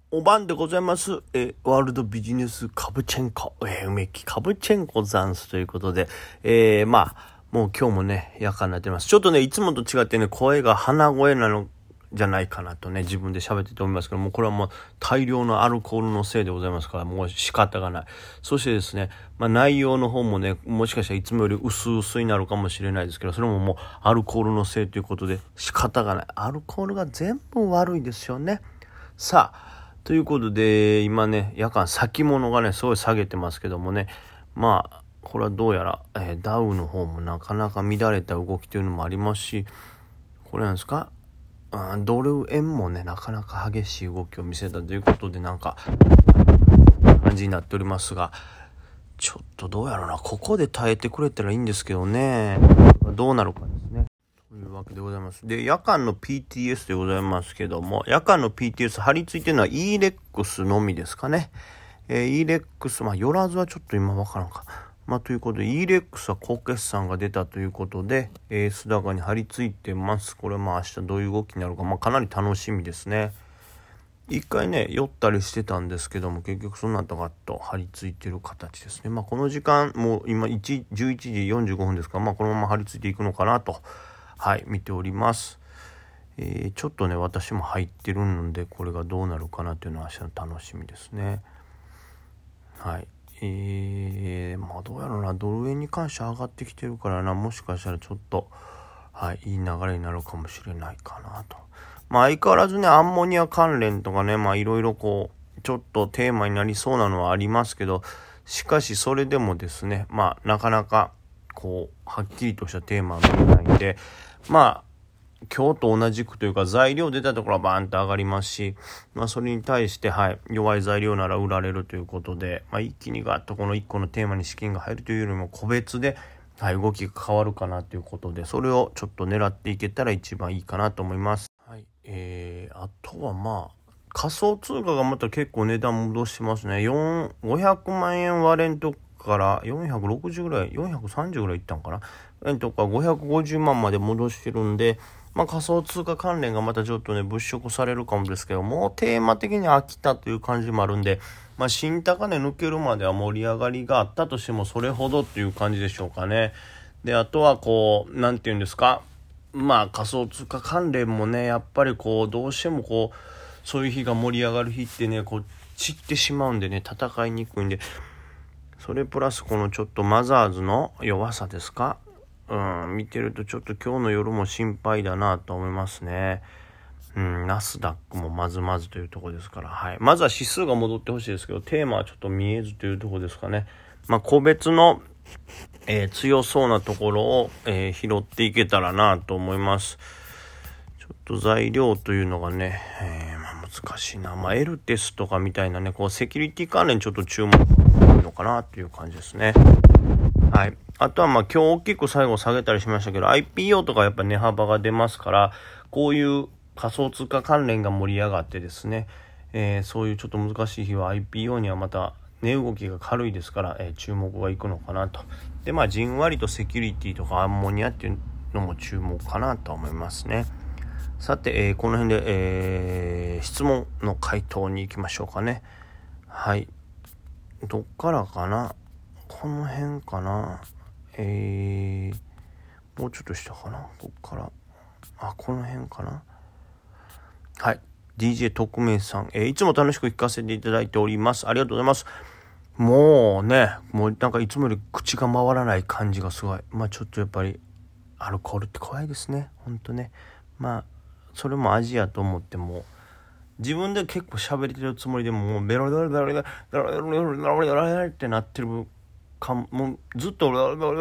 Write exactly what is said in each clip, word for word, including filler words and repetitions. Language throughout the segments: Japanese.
お晩でございます。えー、ワールドビジネスカブチェンコ、えー、梅木カブチェンコザンスということで、えー、まあ、もう今日もね、夜間になってます。ちょっとね、いつもと違ってね、声が鼻声なのじゃないかなとね、自分で喋ってて思いますけども、これはもう大量のアルコールのせいでございますから、もう仕方がない。そしてですね、まあ内容の方もね、もしかしたらいつもより薄々になるかもしれないですけど、それももうアルコールのせいということで仕方がない。アルコールが全部悪いですよね。さあ、ということで、今ね、夜間先物がね、すごい下げてますけどもね、まあ、これはどうやら、えー、ダウの方もなかなか乱れた動きというのもありますし、これなんですか、あドル円もね、なかなか激しい動きを見せたということで、なんか、感じになっておりますが、ちょっとどうやろうな、ここで耐えてくれたらいいんですけどね、どうなるかですね。というわけでございます。で、夜間の ピーティーエス でございますけども、夜間の ピーティーエス 貼り付いてるのは イーレックス のみですかね。えー、イーレックス、まあ、寄らずはちょっと今わからんか。まあ、ということで、イーレックス は高決算が出たということで、えー、ス高に張り付いてます。これまあ明日どういう動きになるか、まあ、かなり楽しみですね。一回ね、酔ったりしてたんですけども、結局その後ガッと張り付いてる形ですね。まあ、この時間、もう今じゅういちじよんじゅうごふんですから、まあ、このまま張り付いていくのかなと、はい、見ております。えー、ちょっとね、私も入ってるので、これがどうなるかなというのは明日の楽しみですね。はい。えー、まあどうやろうな、ドル円に関して上がってきてるからな、もしかしたらちょっと、はい、いい流れになるかもしれないかなと。まあ相変わらずね、アンモニア関連とかね、まあいろいろこう、ちょっとテーマになりそうなのはありますけど、しかしそれでもですね、まあなかなか、こう、はっきりとしたテーマは見えないんで、まあ、今日と同じくというか材料出たところはバーンと上がりますし、まあそれに対して、はい、弱い材料なら売られるということで、まあ一気にガッとこのいっこのテーマに資金が入るというよりも個別で、はい、動きが変わるかなということで、それをちょっと狙っていけたら一番いいかなと思います。はい、えー、あとはまあ、仮想通貨がまた結構値段戻してますね。ごひゃくまんえん割れんとからよんひゃくろくじゅうぐらい、よんひゃくさんじゅうぐらいいったんかな。えんとかごひゃくごじゅうまんまで戻してるんで、まあ仮想通貨関連がまたちょっとね、物色されるかもですけど、もうテーマ的に飽きたという感じもあるんで、まあ新高値抜けるまでは盛り上がりがあったとしてもそれほどっていう感じでしょうかね。で、あとはこう、なんて言うんですか。まあ仮想通貨関連もね、やっぱりこう、どうしてもこう、そういう日が盛り上がる日ってね、こう、散ってしまうんでね、戦いにくいんで、それプラスこのちょっとマザーズの弱さですか。うん、見てるとちょっと今日の夜も心配だなと思いますね。うん、ナスダックもまずまずというところですから、はい。まずは指数が戻ってほしいですけど、テーマはちょっと見えずというところですかね。まあ、個別の、えー、強そうなところを、えー、拾っていけたらなと思います。ちょっと材料というのがね、えー、まあ難しいな。まあ、エルテスとかみたいなね、こう、セキュリティ関連ちょっと注目のかなっていう感じですね。はい。あとはまあ今日大きく最後下げたりしましたけど、アイピーオー とかやっぱ値幅が出ますから、こういう仮想通貨関連が盛り上がってですね、えー、そういうちょっと難しい日は アイピーオー にはまた値動きが軽いですから、えー、注目がいくのかなと。で、まあじんわりとセキュリティとかアンモニアっていうのも注目かなと思いますね。さて、えー、この辺で、えー、質問の回答に行きましょうかね。はい。どっからかな？この辺かな？えー、もうちょっと下かな、こっから。あ、この辺かな。はい。ディージェー 特命さん、えー、いつも楽しく聞かせていただいております。ありがとうございます。もうね、もうなんかいつもより口が回らない感じがすごい。まあちょっとやっぱり、アルコールって怖いですね。ほんとね。まあ、それもアジアと思っても、自分で結構喋れてるつもりでも、もうベロベロベロベロベロベロベロベロベロベロってなってるかもうずっと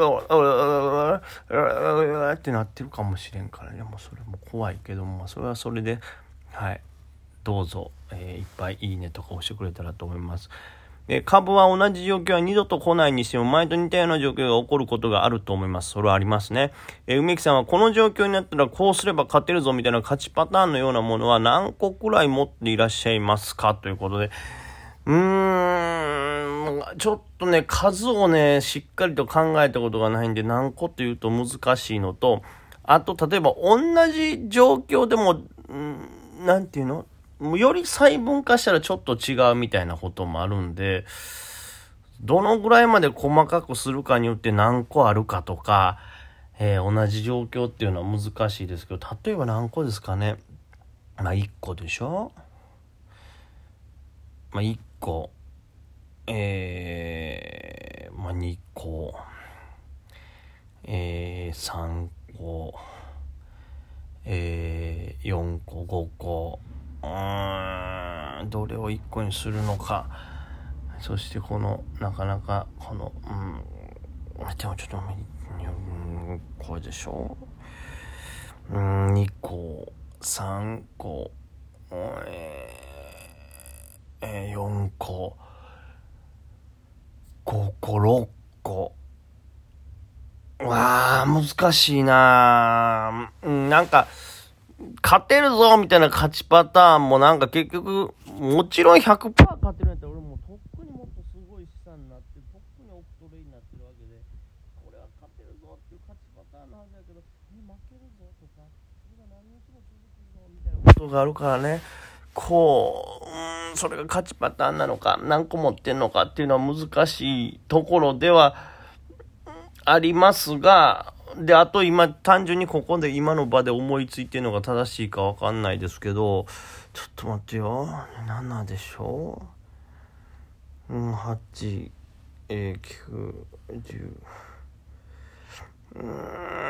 ってなってるかもしれんからね。もうそれも怖いけども、それはそれで、はい、どうぞ、えー、いっぱいいいねとか押してくれたらと思います。えー、株は同じ状況は二度と来ないにしても前と似たような状況が起こることがあると思います。それはありますね。えー、梅木さんはこの状況になったらこうすれば勝てるぞみたいな勝ちパターンのようなものは何個くらい持っていらっしゃいますかということで、うーん、ちょっとね、数をね、しっかりと考えたことがないんで、何個というと難しいのと、あと、例えば同じ状況でも、んなんていうのより細分化したらちょっと違うみたいなこともあるんで、どのぐらいまで細かくするかによって何個あるかとか、えー、同じ状況っていうのは難しいですけど、例えば何個ですかね。まあいっこでしょ。まあいっこ、えー、まあにこ、えー、さんこ、えー、よんこ、ごこ、うーん、どれをいっこにするのか。そしてこのなかなかこのうんでもちょっとうんこれでしょ。うんにこさんこえー、えー、よんこごころっこ。わあ難しいな。うんなんか勝てるぞみたいな勝ちパターンもなんか結局もちろん ひゃくパーセント 勝てるんやったら俺もとっくにもっとすごい資産になってとっくにオプトレイになってるわけで、これは勝てるぞっていう勝ちパターンのはずだけど、え負けるぞとかそれが何日も続くぞみたいなことがあるからね、こう、うーんそれが勝ちパターンなのか何個持ってんのかっていうのは難しいところではありますが、で、あと今、単純にここで今の場で思いついてるのが正しいかわかんないですけど、ちょっと待ってよ。ななでしょうん、はち、えー、きゅう、じゅう。うー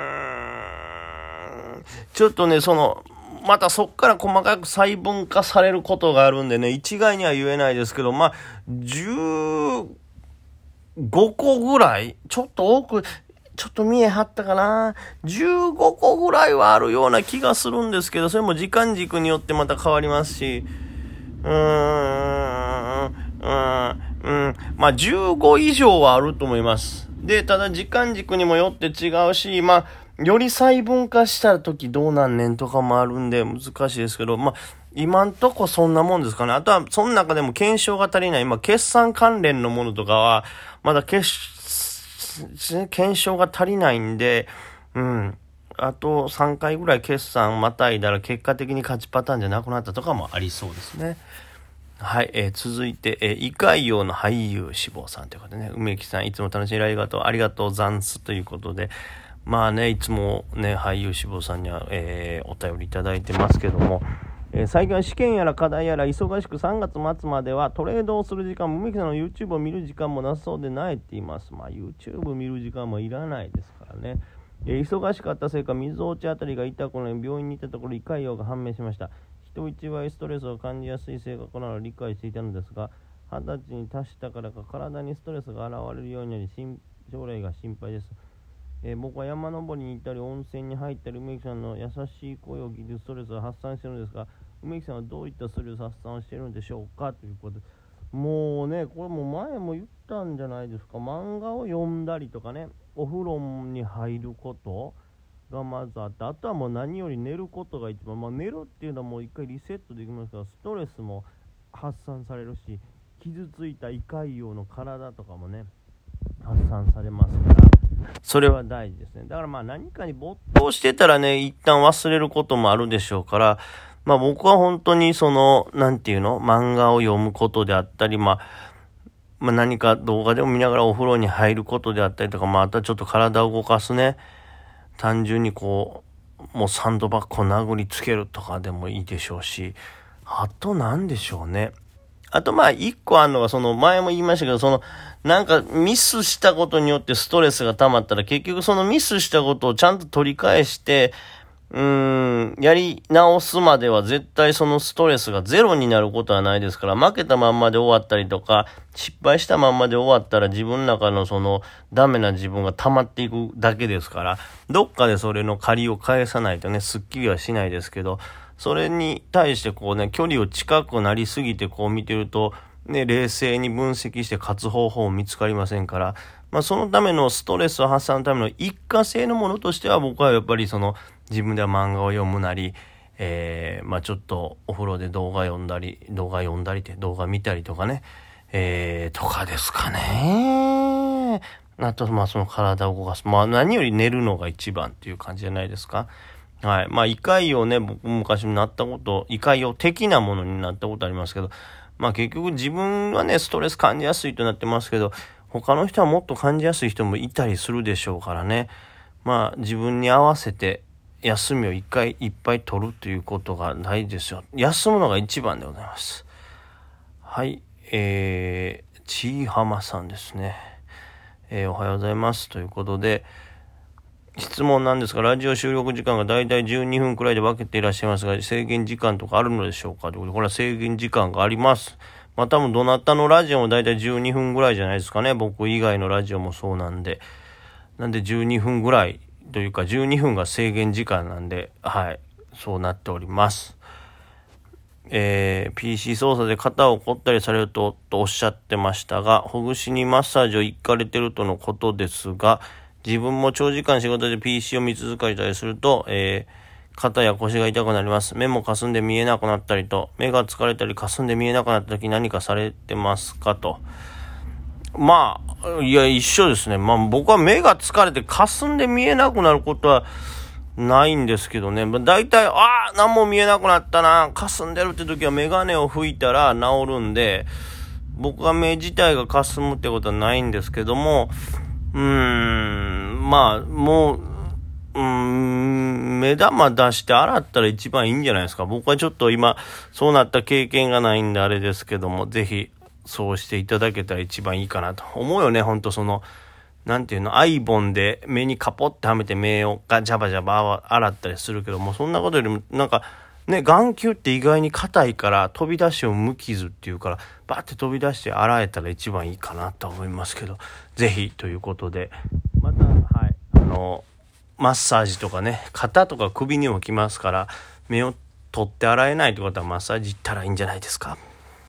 ん。ちょっとね、その、またそっから細かく細分化されることがあるんでね、一概には言えないですけど、まあ、じゅうごこぐらいちょっと多く、ちょっと見えはったかな。じゅうごこぐらいはあるような気がするんですけど、それも時間軸によってまた変わりますし、うーん、うーん、うん、まあじゅうご以上はあると思います。で、ただ時間軸にもよって違うし、まあ、より細分化した時どうなんねんとかもあるんで難しいですけど、まあ、今んとこそんなもんですかね。あとは、その中でも検証が足りない、まあ、決算関連のものとかは、まだ決検証が足りないんで、うん。あとさんかいぐらい決算またいだら結果的に勝ちパターンじゃなくなったとかもありそうですね。はい、えー、続いて、えー、胃潰瘍の俳優志望さんということでね、梅木さんいつも楽しいありがとう、ありがとうざんすということで、まあね、いつもね、俳優志望さんには、えー、お便りいただいてますけども、えー、最近は試験やら課題やら忙しくさんがつ末まではトレードをする時間も、梅木さんの YouTube を見る時間もなさそうでないって言います。まあ YouTube 見る時間もいらないですからね。えー、忙しかったせいか水落ちあたりが痛くなり病院に行ったところ胃潰瘍が判明しました。人一倍ストレスを感じやすい性格なのを理解していたのですが、はたちに達したからか体にストレスが現れるようになり将来が心配です。えー、僕は山登りに行ったり温泉に入ったり梅木さんの優しい声を聞いてストレスを発散しているんですが、梅木さんはどういったストレス発散をしているのでしょうかということで、もうねこれも前も言ったんじゃないですか。漫画を読んだりとかね、お風呂に入ることがまずあって、あとはもう何より寝ることが一番、まあ、寝るっていうのはもう一回リセットできますから、ストレスも発散されるし、傷ついた胃潰瘍の体とかもね発散されますから、それは大事ですね。だからまあ何かに没頭してたらね、一旦忘れることもあるでしょうから、まあ僕は本当にその、なんていうの、漫画を読むことであったり、まあ、まあ何か動画でも見ながらお風呂に入ることであったりとか、まああとはちょっと体を動かすね。単純にこう、もうサンドバッグを殴りつけるとかでもいいでしょうし、あとなんでしょうね。あとまあ一個あるのが、その前も言いましたけど、そのなんかミスしたことによってストレスが溜まったら、結局そのミスしたことをちゃんと取り返してうーんやり直すまでは絶対そのストレスがゼロになることはないですから、負けたまんまで終わったりとか失敗したまんまで終わったら自分の中のそのダメな自分が溜まっていくだけですから、どっかでそれの借りを返さないとね、すっきりはしないですけど、それに対してこうね、距離を近くなりすぎてこう見てるとね、冷静に分析して勝つ方法も見つかりませんから、まあそのためのストレスを発散のための一過性のものとしては、僕はやっぱりその自分では漫画を読むなり、えー、まあちょっとお風呂で動画読んだり、動画読んだりって動画見たりとかね、えー、とかですかね。あとまあその体を動かす。まあ何より寝るのが一番っていう感じじゃないですか。 はい。まあ、胃潰瘍ね、僕昔なったこと、胃潰瘍的なものになったことありますけど、まあ結局自分はね、ストレス感じやすいとなってますけど、他の人はもっと感じやすい人もいたりするでしょうからね。まあ自分に合わせて休みを一回いっぱい取るということが大事ですよ。休むのが一番でございます。はい。えー、ちいはまさんですね。えー、おはようございます。ということで、質問なんですが、ラジオ収録時間がだいたいじゅうにふんくらいで分けていらっしゃいますが、制限時間とかあるのでしょうかということで、これは制限時間があります。まあ多分どなたのラジオもだいたいじゅうにふんぐらいじゃないですかね。僕以外のラジオもそうなんで。なんでじゅうにふんぐらいというかじゅうにふんが制限時間なんで、はい、そうなっております。えー、ピーシー 操作で肩を凝ったりされると、とおっしゃってましたが、ほぐしにマッサージを行かれてるとのことですが、自分も長時間仕事で ピーシー を見続けたりすると、えー、肩や腰が痛くなります。目も霞んで見えなくなったりと、目が疲れたり霞んで見えなくなった時何かされてますかと。まあ、いや、一緒ですね。まあ僕は目が疲れて霞んで見えなくなることはないんですけどね。だいたい、ああ、何も見えなくなったな、霞んでるって時はメガネを拭いたら治るんで、僕は目自体が霞むってことはないんですけども、うーん、まあ、もう、うーん、目玉出して洗ったら一番いいんじゃないですか。僕はちょっと今、そうなった経験がないんであれですけども、ぜひ、そうしていただけたら一番いいかなと思うよね。ほんとその、なんていうの、アイボンで目にカポってはめて目をガジャバジャバ洗ったりするけども、そんなことよりも、なんか、ね、眼球って意外に硬いから飛び出しを無傷っていうからバーって飛び出して洗えたら一番いいかなと思いますけど、ぜひということで、また、はい、あのマッサージとかね、肩とか首にもきますから、目を取って洗えないってことはマッサージ行ったらいいんじゃないですか。